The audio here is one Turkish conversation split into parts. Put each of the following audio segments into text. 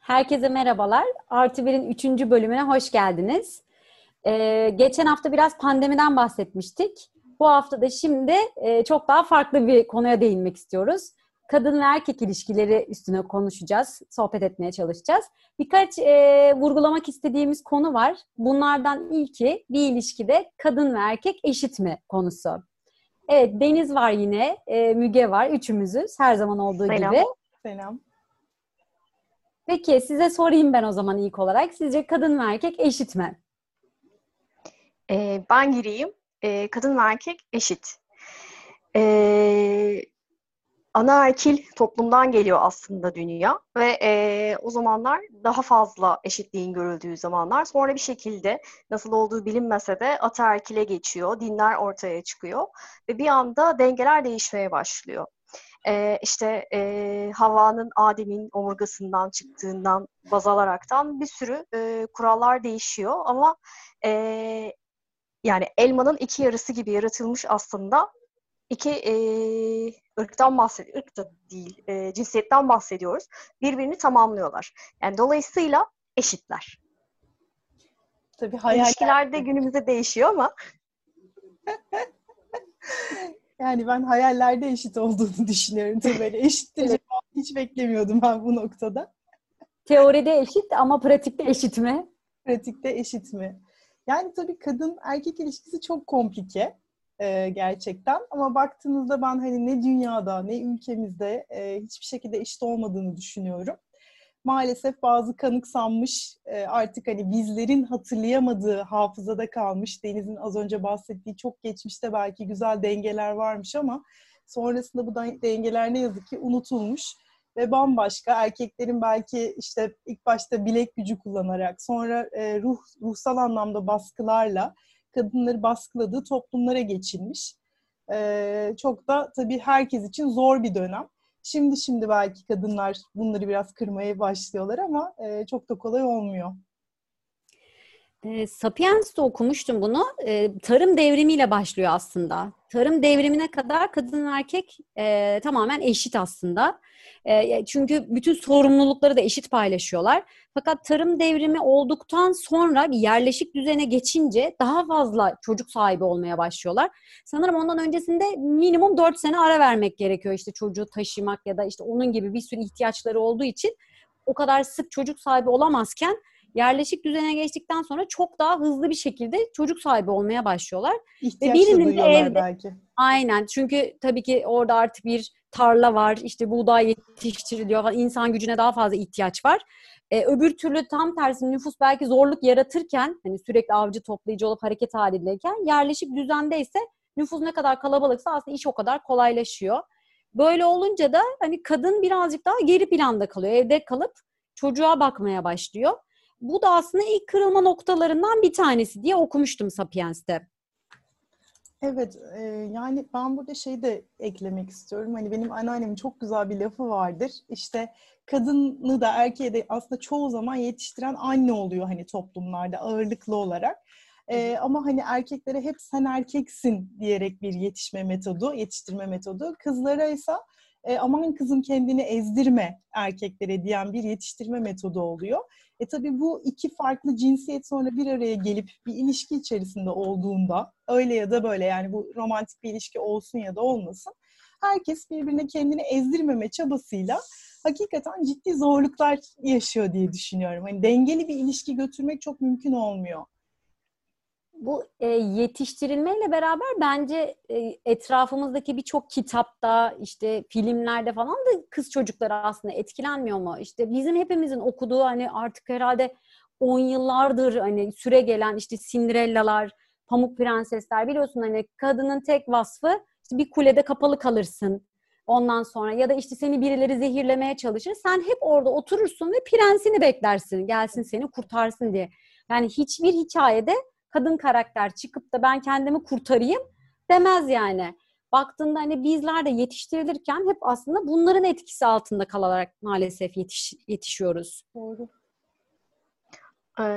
Herkese merhabalar. Artı Bir'in 3. bölümüne hoş geldiniz. Geçen hafta biraz pandemiden bahsetmiştik. Bu hafta da şimdi çok daha farklı bir konuya değinmek istiyoruz. Kadın ve erkek ilişkileri üstüne konuşacağız, sohbet etmeye çalışacağız. Birkaç vurgulamak istediğimiz konu var. Bunlardan ilki bir ilişkide kadın ve erkek eşit mi konusu. Evet, Deniz var yine, Müge var, üçümüzüz her zaman olduğu Selam. gibi. Selam. Peki size sorayım ben o zaman ilk olarak. Sizce kadın ve erkek eşit mi? Ben gireyim. Kadın ve erkek eşit. Ee, Anaerkil toplumdan geliyor aslında dünya ve o zamanlar daha fazla eşitliğin görüldüğü zamanlar. Sonra bir şekilde nasıl olduğu bilinmese de ataerkile geçiyor, dinler ortaya çıkıyor ve bir anda dengeler değişmeye başlıyor. Havva'nın Adem'in omurgasından çıktığından baz alaraktan bir sürü kurallar değişiyor ama e, yani elmanın iki yarısı gibi yaratılmış aslında iki ırktan bahsediyoruz. Irk da değil, cinsiyetten bahsediyoruz. Birbirini tamamlıyorlar. Yani dolayısıyla eşitler. Tabii hayaller. İlişkiler de günümüzde değişiyor ama Yani ben hayallerde eşit olduğunu düşünüyorum. Tabii böyle eşittir Evet. cevabı hiç beklemiyordum ben bu noktada. Teoride eşit ama pratikte eşit mi? Pratikte eşit mi? Yani tabii kadın erkek ilişkisi çok komplike gerçekten. Ama baktığınızda ben hani ne dünyada ne ülkemizde hiçbir şekilde eşit olmadığını düşünüyorum. Maalesef bazı kanıksanmış, artık hani bizlerin hatırlayamadığı hafızada kalmış. Deniz'in az önce bahsettiği çok geçmişte belki güzel dengeler varmış ama sonrasında bu dengeler ne yazık ki unutulmuş ve bambaşka erkeklerin belki işte ilk başta bilek gücü kullanarak sonra ruhsal anlamda baskılarla kadınları baskıladığı toplumlara geçilmiş. Çok da tabii herkes için zor bir dönem. Şimdi belki kadınlar bunları biraz kırmaya başlıyorlar ama çok da kolay olmuyor. Sapiens'te okumuştum bunu. Tarım devrimiyle başlıyor aslında. Tarım devrimine kadar kadın ve erkek tamamen eşit aslında. Çünkü bütün sorumlulukları da eşit paylaşıyorlar. Fakat tarım devrimi olduktan sonra bir yerleşik düzene geçince daha fazla çocuk sahibi olmaya başlıyorlar. Sanırım ondan öncesinde minimum 4 sene ara vermek gerekiyor işte çocuğu taşımak ya da işte onun gibi bir sürü ihtiyaçları olduğu için o kadar sık çocuk sahibi olamazken yerleşik düzene geçtikten sonra çok daha hızlı bir şekilde çocuk sahibi olmaya başlıyorlar. Ve İhtiyaç da birinin de duyuyorlar evde belki. aynen çünkü tabii ki orada artık bir tarla var, işte buğday yetiştiriliyor, insan gücüne daha fazla ihtiyaç var. Öbür türlü tam tersi nüfus belki zorluk yaratırken hani sürekli avcı toplayıcı olup hareket halindeyken yerleşik düzende ise nüfus ne kadar kalabalıksa aslında iş o kadar kolaylaşıyor. Böyle olunca da hani kadın birazcık daha geri planda kalıyor. Evde kalıp çocuğa bakmaya başlıyor. Bu da aslında ilk kırılma noktalarından bir tanesi diye okumuştum Sapiens'te. Evet, yani ben burada şey de eklemek istiyorum. Hani benim anneannemin çok güzel bir lafı vardır. İşte kadını da erkeği de aslında çoğu zaman yetiştiren anne oluyor hani toplumlarda ağırlıklı olarak. Ama hani erkeklere hep sen erkeksin diyerek bir yetiştirme metodu. Kızlara ise aman kızım kendini ezdirme erkeklere diyen bir yetiştirme metodu oluyor. Tabii bu iki farklı cinsiyet sonra bir araya gelip bir ilişki içerisinde olduğunda öyle ya da böyle yani bu romantik bir ilişki olsun ya da olmasın herkes birbirine kendini ezdirmeme çabasıyla hakikaten ciddi zorluklar yaşıyor diye düşünüyorum. Hani dengeli bir ilişki götürmek çok mümkün olmuyor. Bu yetiştirilmeyle beraber bence etrafımızdaki birçok kitapta, işte filmlerde falan da kız çocukları aslında etkilenmiyor mu? İşte bizim hepimizin okuduğu hani artık herhalde 10 yıllardır hani süre gelen işte Cinderella'lar, Pamuk Prensesler biliyorsun hani kadının tek vasfı işte bir kulede kapalı kalırsın. Ondan sonra ya da işte seni birileri zehirlemeye çalışır. Sen hep orada oturursun ve prensini beklersin. Gelsin seni kurtarsın diye. Yani hiçbir hikayede kadın karakter çıkıp da ben kendimi kurtarayım demez yani. Baktığında hani bizler de yetiştirilirken hep aslında bunların etkisi altında kalarak maalesef yetişiyoruz. Doğru.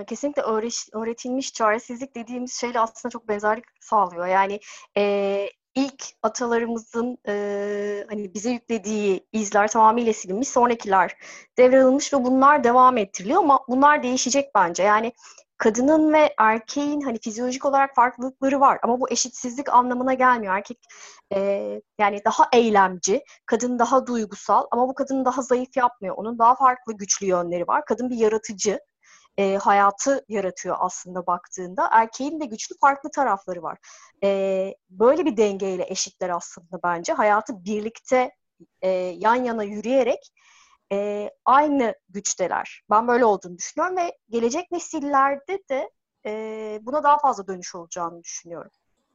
kesinlikle öğretilmiş çaresizlik dediğimiz şeyle aslında çok benzerlik sağlıyor. Yani ilk atalarımızın hani bize yüklediği izler tamamıyla silinmiş, sonrakiler devralınmış ve bunlar devam ettiriliyor ama bunlar değişecek bence. Yani kadının ve erkeğin hani fizyolojik olarak farklılıkları var ama bu eşitsizlik anlamına gelmiyor. Erkek yani daha eylemci, kadın daha duygusal ama bu kadını daha zayıf yapmıyor. Onun daha farklı güçlü yönleri var. Kadın bir yaratıcı, hayatı yaratıyor aslında baktığında. Erkeğin de güçlü farklı tarafları var. Böyle bir dengeyle eşitler aslında bence. Hayatı birlikte yan yana yürüyerek aynı güçteler. Ben böyle olduğunu düşünüyorum ve gelecek nesillerde de buna daha fazla dönüş olacağını düşünüyorum.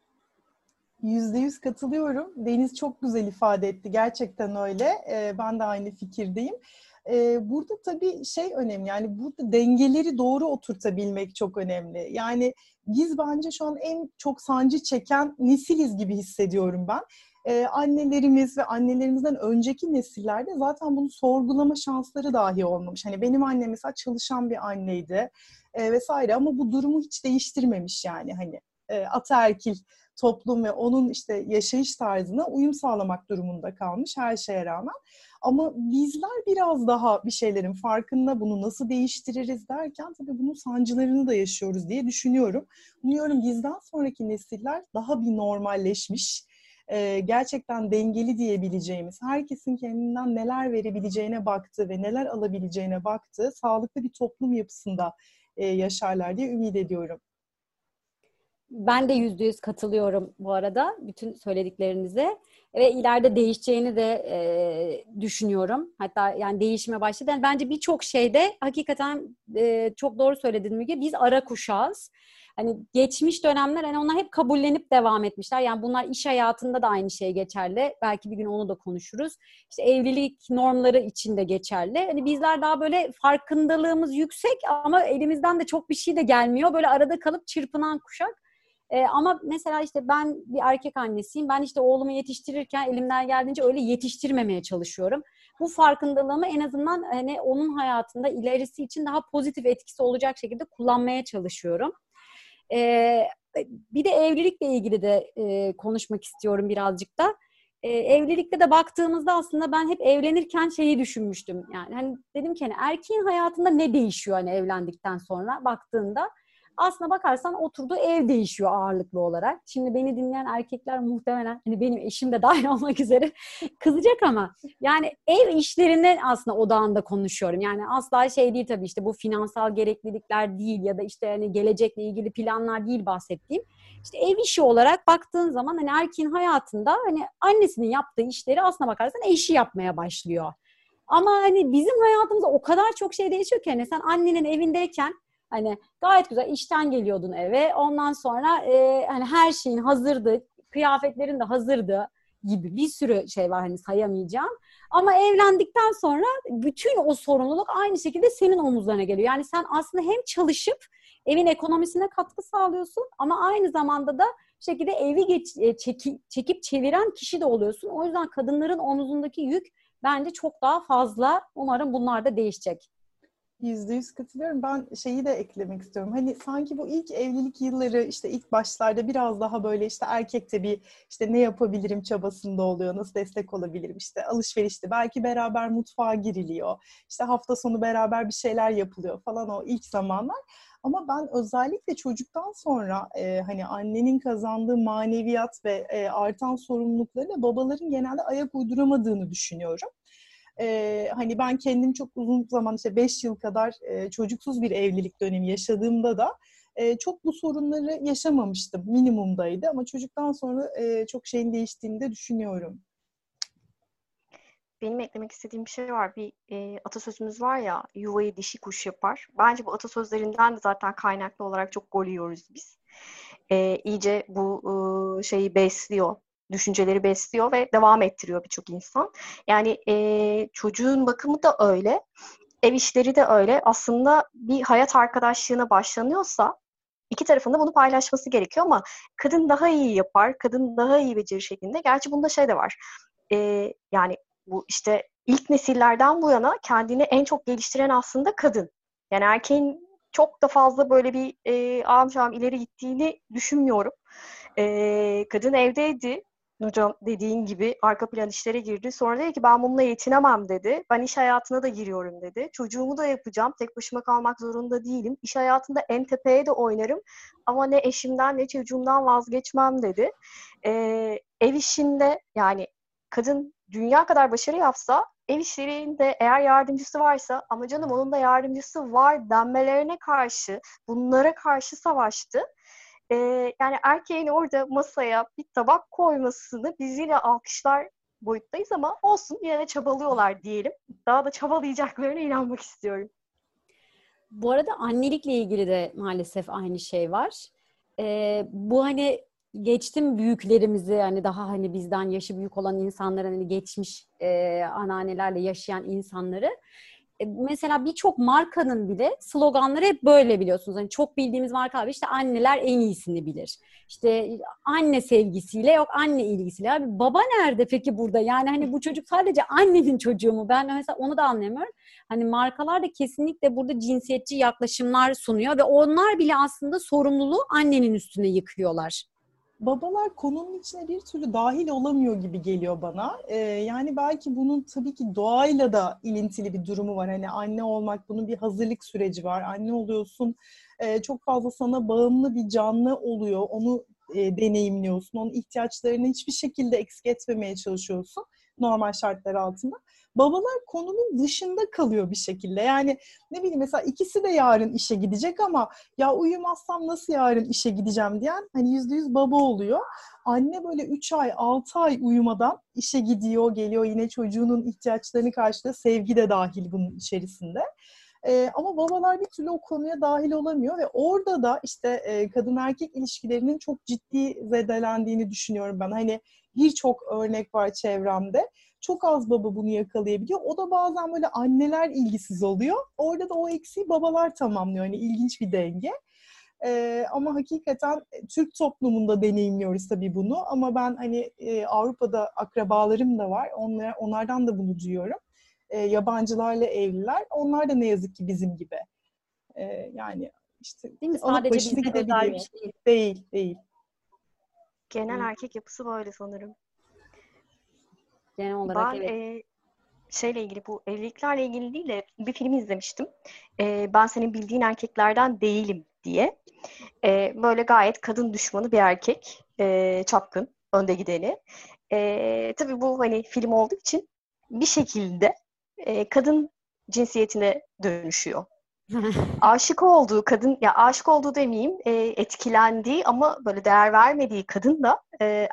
%100 katılıyorum. Deniz çok güzel ifade etti. Gerçekten öyle. Ben de aynı fikirdeyim. Burada tabii şey önemli. Yani burada dengeleri doğru oturtabilmek çok önemli. Yani biz bence şu an en çok sancı çeken nesiliz gibi hissediyorum ben. Annelerimiz ve annelerimizden önceki nesillerde zaten bunu sorgulama şansları dahi olmamış. Hani benim annem mesela çalışan bir anneydi vesaire ama bu durumu hiç değiştirmemiş yani hani ataerkil toplum ve onun işte yaşayış tarzına uyum sağlamak durumunda kalmış her şeye rağmen. Ama bizler biraz daha bir şeylerin farkında, bunu nasıl değiştiririz derken tabii bunun sancılarını da yaşıyoruz diye düşünüyorum. Umuyorum bizden sonraki nesiller daha bir normalleşmiş, gerçekten dengeli diyebileceğimiz, herkesin kendinden neler verebileceğine baktığı ve neler alabileceğine baktığı sağlıklı bir toplum yapısında yaşarlar diye ümit ediyorum. Ben de %100 katılıyorum bu arada bütün söylediklerinize ve ileride değişeceğini de düşünüyorum. Hatta yani değişime başladı. Yani bence birçok şeyde hakikaten çok doğru söyledin Müge. Biz ara kuşağız. Hani geçmiş dönemler hani onlar hep kabullenip devam etmişler. Yani bunlar iş hayatında da aynı şey geçerli. Belki bir gün onu da konuşuruz. İşte evlilik normları için de geçerli. Hani bizler daha böyle farkındalığımız yüksek ama elimizden de çok bir şey de gelmiyor. Böyle arada kalıp çırpınan kuşak. Ama mesela işte ben bir erkek annesiyim. Ben işte oğlumu yetiştirirken elimden geldiğince öyle yetiştirmemeye çalışıyorum. Bu farkındalığımı en azından hani onun hayatında ilerisi için daha pozitif etkisi olacak şekilde kullanmaya çalışıyorum. Bir de evlilikle ilgili de konuşmak istiyorum birazcık da. Evlilikte de baktığımızda aslında ben hep evlenirken şeyi düşünmüştüm. Yani hani dedim ki hani erkeğin hayatında ne değişiyor hani evlendikten sonra baktığında. Aslına bakarsan oturduğu ev değişiyor ağırlıklı olarak. Şimdi beni dinleyen erkekler muhtemelen hani benim eşim de dahil olmak üzere kızacak ama yani ev işlerinden aslında odağında konuşuyorum. Yani asla şey değil tabii işte bu finansal gereklilikler değil ya da işte hani gelecekle ilgili planlar değil bahsettiğim. İşte ev işi olarak baktığın zaman hani erkeğin hayatında hani annesinin yaptığı işleri aslına bakarsan eşi yapmaya başlıyor. Ama hani bizim hayatımızda o kadar çok şey değişiyor ki hani sen annenin evindeyken hani gayet güzel işten geliyordun eve. Ondan sonra hani her şeyin hazırdı, kıyafetlerin de hazırdı gibi bir sürü şey var hani sayamayacağım. Ama evlendikten sonra bütün o sorumluluk aynı şekilde senin omuzlarına geliyor. Yani sen aslında hem çalışıp evin ekonomisine katkı sağlıyorsun ama aynı zamanda da bir şekilde evi çekip çeviren kişi de oluyorsun. O yüzden kadınların omuzundaki yük bence çok daha fazla. Umarım bunlar da değişecek. %100 katılıyorum. Ben şeyi de eklemek istiyorum. Hani sanki bu ilk evlilik yılları işte ilk başlarda biraz daha böyle işte erkek de bir işte ne yapabilirim çabasında oluyor. Nasıl destek olabilirim? İşte alışverişte belki beraber mutfağa giriliyor. İşte hafta sonu beraber bir şeyler yapılıyor falan o ilk zamanlar. Ama ben özellikle çocuktan sonra hani annenin kazandığı maneviyat ve artan sorumluluklarıyla babaların genelde ayak uyduramadığını düşünüyorum. Hani ben kendim çok uzun zaman işte 5 yıl kadar çocuksuz bir evlilik dönemi yaşadığımda da çok bu sorunları yaşamamıştım. Minimumdaydı ama çocuktan sonra çok şeyin değiştiğini de düşünüyorum. Benim eklemek istediğim bir şey var. Bir atasözümüz var ya, yuvayı dişi kuş yapar. Bence bu atasözlerinden de zaten kaynaklı olarak çok gol yiyoruz biz. İyice bu şeyi besliyor, düşünceleri besliyor ve devam ettiriyor birçok insan. Yani çocuğun bakımı da öyle, ev işleri de öyle. Aslında bir hayat arkadaşlığına başlanıyorsa iki tarafın da bunu paylaşması gerekiyor ama kadın daha iyi yapar, kadın daha iyi becerir şeklinde. Gerçi bunda şey de var. Yani bu işte ilk nesillerden bu yana kendini en çok geliştiren aslında kadın. Yani erkeğin çok da fazla böyle bir ağam şahım ileri gittiğini düşünmüyorum. Kadın evdeydi. Hocam dediğin gibi arka plan işlere girdi. Sonra dedi ki ben bununla yetinemem dedi. Ben iş hayatına da giriyorum dedi. Çocuğumu da yapacağım. Tek başıma kalmak zorunda değilim. İş hayatında en tepeye de oynarım. Ama ne eşimden ne çocuğumdan vazgeçmem dedi. Ev işinde yani kadın dünya kadar başarı yapsa ev işlerinde eğer yardımcısı varsa ama canım onun da yardımcısı var denmelerine karşı bunlara karşı savaştı. Yani erkeğin orada masaya bir tabak koymasını biz yine alkışlar boyuttayız ama olsun yine de çabalıyorlar diyelim. Daha da çabalayacaklarına inanmak istiyorum. Bu arada annelikle ilgili de maalesef aynı şey var. Bu hani geçtim büyüklerimizi hani daha hani bizden yaşı büyük olan insanların hani geçmiş anneannelerle yaşayan insanları mesela birçok markanın bile sloganları hep böyle biliyorsunuz. Hani çok bildiğimiz markalar işte anneler en iyisini bilir. İşte anne sevgisiyle yok anne ilgisiyle. Abi baba nerede peki burada? Yani hani bu çocuk sadece annenin çocuğu mu? Ben mesela onu da anlayamıyorum. Hani markalar da kesinlikle burada cinsiyetçi yaklaşımlar sunuyor ve onlar bile aslında sorumluluğu annenin üstüne yıkıyorlar. Babalar konunun içine bir türlü dahil olamıyor gibi geliyor bana. Yani belki bunun tabii ki doğayla da ilintili bir durumu var. Hani anne olmak, bunun bir hazırlık süreci var. Anne oluyorsun, çok fazla sana bağımlı bir canlı oluyor. Onu deneyimliyorsun. Onun ihtiyaçlarını hiçbir şekilde eksik etmemeye çalışıyorsun normal şartlar altında. Babalar konunun dışında kalıyor bir şekilde. Yani ne bileyim mesela ikisi de yarın işe gidecek ama ya uyumazsam nasıl yarın işe gideceğim diyen hani %100 baba oluyor. Anne böyle 3 ay 6 ay uyumadan işe gidiyor geliyor yine çocuğunun ihtiyaçlarını karşılıyor. Sevgi de dahil bunun içerisinde. Ama babalar bir türlü o konuya dahil olamıyor ve orada da işte kadın erkek ilişkilerinin çok ciddi zedelendiğini düşünüyorum ben. Hani birçok örnek var çevremde. Çok az baba bunu yakalayabiliyor. O da bazen böyle anneler ilgisiz oluyor. Orada da o eksiği babalar tamamlıyor. Yani ilginç bir denge. Ama hakikaten Türk toplumunda deneyimliyoruz tabii bunu. Ama ben hani Avrupa'da akrabalarım da var. Onlardan da bunu duyuyorum. Yabancılarla evliler. Onlar da ne yazık ki bizim gibi. Yani işte Değil mi? alıp Sadece başını bizde özel bir gidebiliyor. şey değil. Değil, değil. Genel Evet. erkek yapısı böyle sanırım. Genel olarak Ben evet. şeyle ilgili bu evliliklerle ilgili değil de bir film izlemiştim. Ben senin bildiğin erkeklerden değilim diye. Böyle gayet kadın düşmanı bir erkek. Çapkın, önde gideni. Tabii bu hani film olduğu için bir şekilde kadın cinsiyetine dönüşüyor. Aşık olduğu kadın, ya aşık olduğu demeyeyim, etkilendiği ama böyle değer vermediği kadın da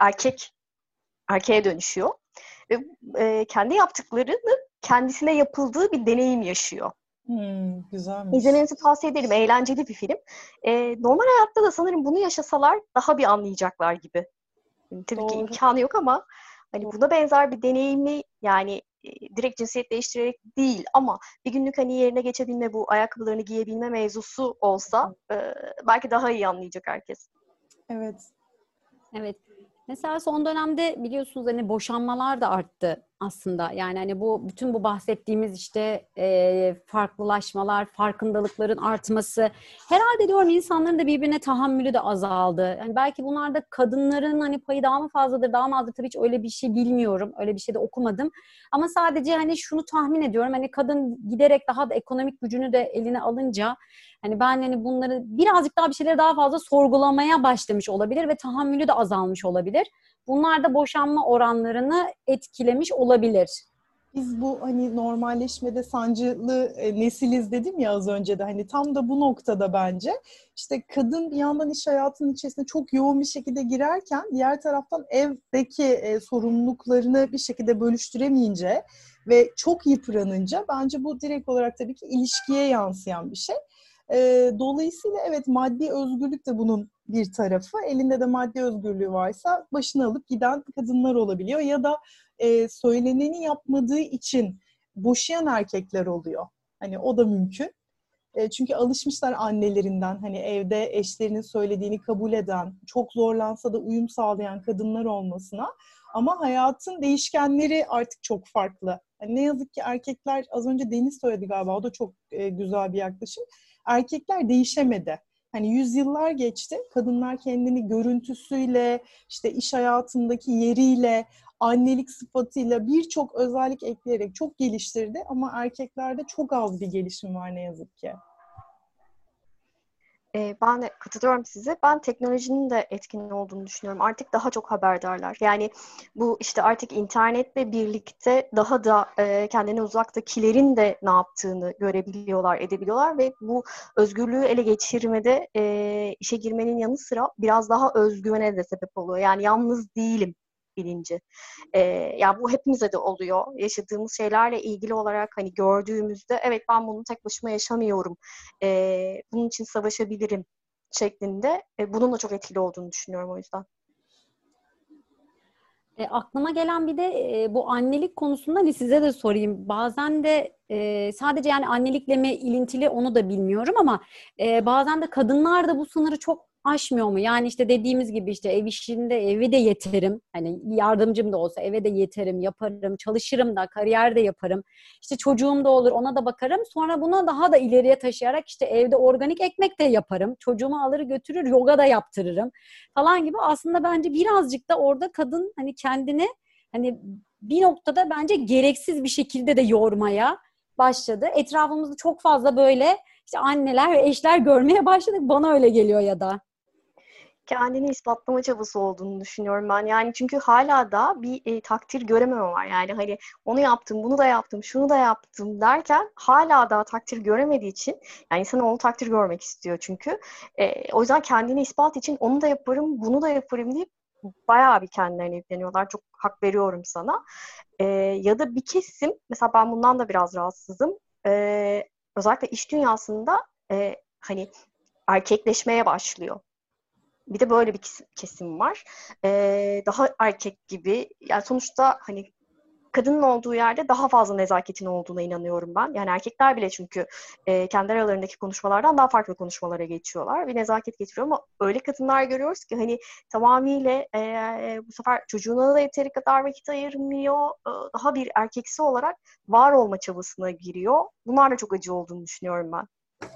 erkeğe dönüşüyor. Ve kendi yaptıklarını kendisine yapıldığı bir deneyim yaşıyor. Güzelmiş. İzlemenizi tavsiye ederim. Eğlenceli bir film. Normal hayatta da sanırım bunu yaşasalar daha bir anlayacaklar gibi. Yani tabii ki Doğru. imkanı yok ama hani Doğru. buna benzer bir deneyimi yani direkt cinsiyet değiştirerek değil ama bir günlük hani yerine geçebilme, bu ayakkabılarını giyebilme mevzusu olsa belki daha iyi anlayacak herkes. Evet. Evet. Mesela son dönemde biliyorsunuz hani boşanmalar da arttı aslında. Yani hani bu bütün bu bahsettiğimiz işte farklılaşmalar, farkındalıkların artması. Herhalde diyorum insanların da birbirine tahammülü de azaldı. Yani belki bunlarda kadınların hani payı daha mı fazladır, daha mı azdır? Tabii hiç öyle bir şey bilmiyorum. Öyle bir şey de okumadım. Ama sadece hani şunu tahmin ediyorum. Hani kadın giderek daha da ekonomik gücünü de eline alınca hani ben hani bunları birazcık daha bir şeyleri daha fazla sorgulamaya başlamış olabilir ve tahammülü de azalmış olabilir. Bunlar da boşanma oranlarını etkilemiş olabilir. Biz bu hani normalleşmede sancılı nesiliz dedim ya az önce de hani tam da bu noktada bence işte kadın bir yandan iş hayatının içerisine çok yoğun bir şekilde girerken diğer taraftan evdeki sorumluluklarını bir şekilde bölüştüremeyince ve çok yıpranınca bence bu direkt olarak tabii ki ilişkiye yansıyan bir şey. Dolayısıyla evet maddi özgürlük de bunun bir tarafı. Elinde de maddi özgürlüğü varsa başını alıp giden kadınlar olabiliyor ya da söyleneni yapmadığı için boşayan erkekler oluyor. Hani o da mümkün. Çünkü alışmışlar annelerinden hani evde eşlerinin söylediğini kabul eden, çok zorlansa da uyum sağlayan kadınlar olmasına. Ama hayatın değişkenleri artık çok farklı. Yani ne yazık ki erkekler az önce Deniz söyledi galiba o da çok güzel bir yaklaşım. Erkekler değişemedi. Hani yüzyıllar geçti. Kadınlar kendini görüntüsüyle, işte iş hayatındaki yeriyle, annelik sıfatıyla birçok özellik ekleyerek çok geliştirdi. Ama erkeklerde çok az bir gelişim var ne yazık ki. Ben de katılıyorum size. Ben teknolojinin de etkin olduğunu düşünüyorum. Artık daha çok haberdarlar. Yani bu işte artık internetle birlikte daha da kendine uzaktakilerin de ne yaptığını görebiliyorlar, edebiliyorlar ve bu özgürlüğü ele geçirmede işe girmenin yanı sıra biraz daha özgüvene de sebep oluyor. Yani yalnız değilim bilinci. Yani bu hepimize de oluyor. Yaşadığımız şeylerle ilgili olarak hani gördüğümüzde evet ben bunu tek başıma yaşamıyorum. Bunun için savaşabilirim şeklinde. Bunun da çok etkili olduğunu düşünüyorum o yüzden. Aklıma gelen bir de bu annelik konusunda hani size de sorayım. Bazen de sadece yani annelikle mi ilintili onu da bilmiyorum ama bazen de kadınlar da bu sınırı çok aşmıyor mu? Yani işte dediğimiz gibi işte ev işinde evi de yeterim. Hani yardımcım da olsa eve de yeterim, yaparım, çalışırım da, kariyer de yaparım. İşte çocuğum da olur, ona da bakarım. Sonra buna daha da ileriye taşıyarak işte evde organik ekmek de yaparım. Çocuğumu alır götürür, yoga da yaptırırım falan gibi. Aslında bence birazcık da orada kadın hani kendini hani bir noktada bence gereksiz bir şekilde de yormaya başladı. Etrafımızda çok fazla böyle işte anneler ve eşler görmeye başladık. Bana öyle geliyor ya da. Kendini ispatlama çabası olduğunu düşünüyorum ben. Yani çünkü hala da bir takdir görememe var. Yani hani onu yaptım, bunu da yaptım, şunu da yaptım derken hala daha takdir göremediği için yani insan onu takdir görmek istiyor çünkü. O yüzden kendini ispat için onu da yaparım, bunu da yaparım deyip bayağı bir kendilerine yükleniyorlar. Çok hak veriyorum sana. Ya da bir kesim, mesela ben bundan da biraz rahatsızım. Özellikle iş dünyasında hani erkekleşmeye başlıyor. Bir de böyle bir kesim var. Daha erkek gibi. Yani sonuçta hani kadının olduğu yerde daha fazla nezaketin olduğuna inanıyorum ben. Yani erkekler bile çünkü kendi aralarındaki konuşmalardan daha farklı konuşmalara geçiyorlar. Bir nezaket getiriyor ama öyle kadınlar görüyoruz ki hani tamamıyla bu sefer çocuğuna da yeteri kadar vakit ayırmıyor. Daha bir erkeksi olarak var olma çabasına giriyor. Bunlar da çok acı olduğunu düşünüyorum ben.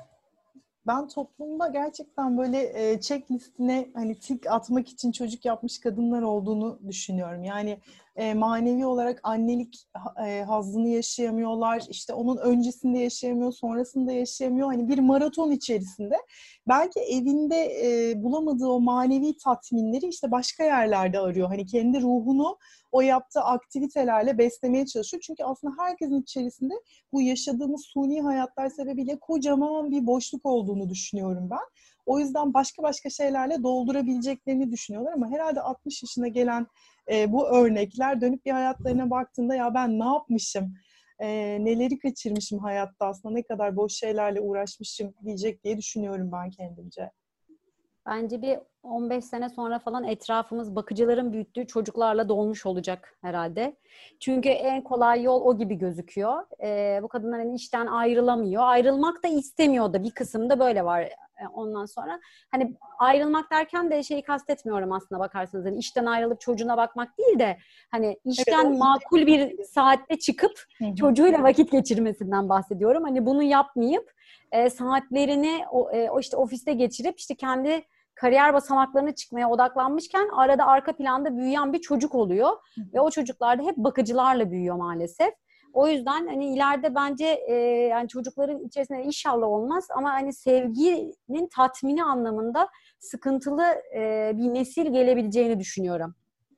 Ben toplumda gerçekten böyle checklistine hani tik atmak için çocuk yapmış kadınlar olduğunu düşünüyorum. Yani manevi olarak annelik hazzını yaşayamıyorlar. İşte onun öncesinde yaşayamıyor, sonrasında yaşayamıyor. Hani bir maraton içerisinde belki evinde bulamadığı o manevi tatminleri işte başka yerlerde arıyor. Hani kendi ruhunu o yaptığı aktivitelerle beslemeye çalışıyor. Çünkü aslında herkesin içerisinde bu yaşadığımız suni hayatlar sebebiyle kocaman bir boşluk olduğunu düşünüyorum ben. O yüzden başka başka şeylerle doldurabileceklerini düşünüyorlar ama herhalde 60 yaşına gelen bu örnekler dönüp bir hayatlarına baktığında ya ben ne yapmışım, neleri kaçırmışım hayatta aslında ne kadar boş şeylerle uğraşmışım diyecek diye düşünüyorum ben kendimce. Bence bir 15 sene sonra falan etrafımız bakıcıların büyüttüğü çocuklarla dolmuş olacak herhalde. Çünkü en kolay yol o gibi gözüküyor. Bu kadınlar hani işten ayrılamıyor. Ayrılmak da istemiyor da bir kısımda böyle var. Ondan sonra hani ayrılmak derken de şeyi kastetmiyorum aslında bakarsanız. Hani işten ayrılıp çocuğuna bakmak değil de hani Evet, o işten makul bir saatte çıkıp Hı hı. çocuğuyla vakit geçirmesinden bahsediyorum. Hani bunu yapmayıp saatlerini o işte ofiste geçirip işte kendi kariyer basamaklarına çıkmaya odaklanmışken arada arka planda büyüyen bir çocuk oluyor. Ve o çocuklar da hep bakıcılarla büyüyor maalesef. O yüzden hani ileride bence yani çocukların içerisinde inşallah olmaz ama hani sevginin tatmini anlamında sıkıntılı bir nesil gelebileceğini düşünüyorum.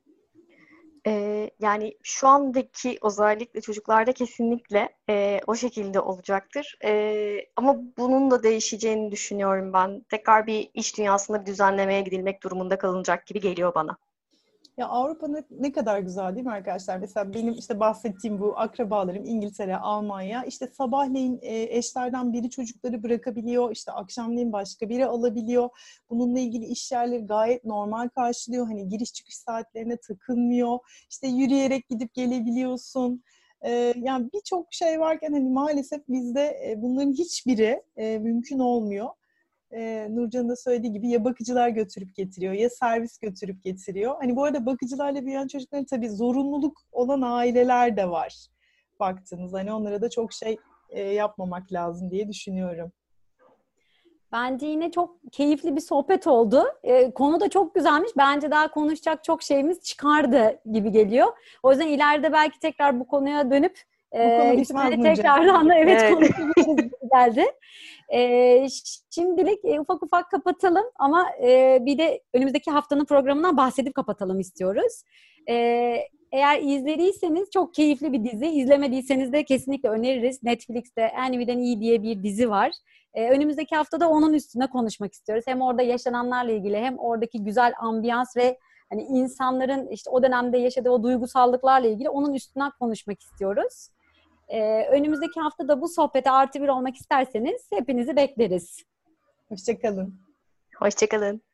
Yani şu andaki özellikle çocuklarda kesinlikle o şekilde olacaktır. Ama bunun da değişeceğini düşünüyorum ben. Tekrar bir iş dünyasında bir düzenlemeye gidilmek durumunda kalınacak gibi geliyor bana. Ya Avrupa ne kadar güzel değil mi arkadaşlar? Mesela benim işte bahsettiğim bu akrabalarım İngiltere, Almanya işte sabahleyin eşlerden biri çocukları bırakabiliyor. İşte akşamleyin başka biri alabiliyor. Bununla ilgili iş yerleri gayet normal karşılıyor. Hani giriş çıkış saatlerine takılmıyor. İşte yürüyerek gidip gelebiliyorsun. Yani birçok şey varken hani maalesef bizde bunların hiçbiri mümkün olmuyor. Nurcan'ın da söylediği gibi ya bakıcılar götürüp getiriyor ya servis götürüp getiriyor. Hani bu arada bakıcılarla büyüyen çocukların tabii zorunluluk olan aileler de var baktığınız. Hani onlara da çok şey yapmamak lazım diye düşünüyorum. Bence yine çok keyifli bir sohbet oldu. Konu da çok güzelmiş. Bence daha konuşacak çok şeyimiz çıkardı gibi geliyor. O yüzden ileride belki tekrar bu konuya dönüp Bu konu bitmez üstüne Nurcan. tekrardan da Evet. konuşabiliriz gibi geldi. Şimdilik ufak ufak kapatalım ama bir de önümüzdeki haftanın programından bahsedip kapatalım istiyoruz. Eğer izlediyseniz çok keyifli bir dizi. İzlemediyseniz de kesinlikle öneririz. Netflix'te Annie'den iyi diye bir dizi var. Önümüzdeki haftada onun üstüne konuşmak istiyoruz. Hem orada yaşananlarla ilgili hem oradaki güzel ambiyans ve hani insanların işte o dönemde yaşadığı o duygusallıklarla ilgili onun üstünden konuşmak istiyoruz. Önümüzdeki hafta da bu sohbete +1 olmak isterseniz hepinizi bekleriz. Hoşça kalın. Hoşçakalın.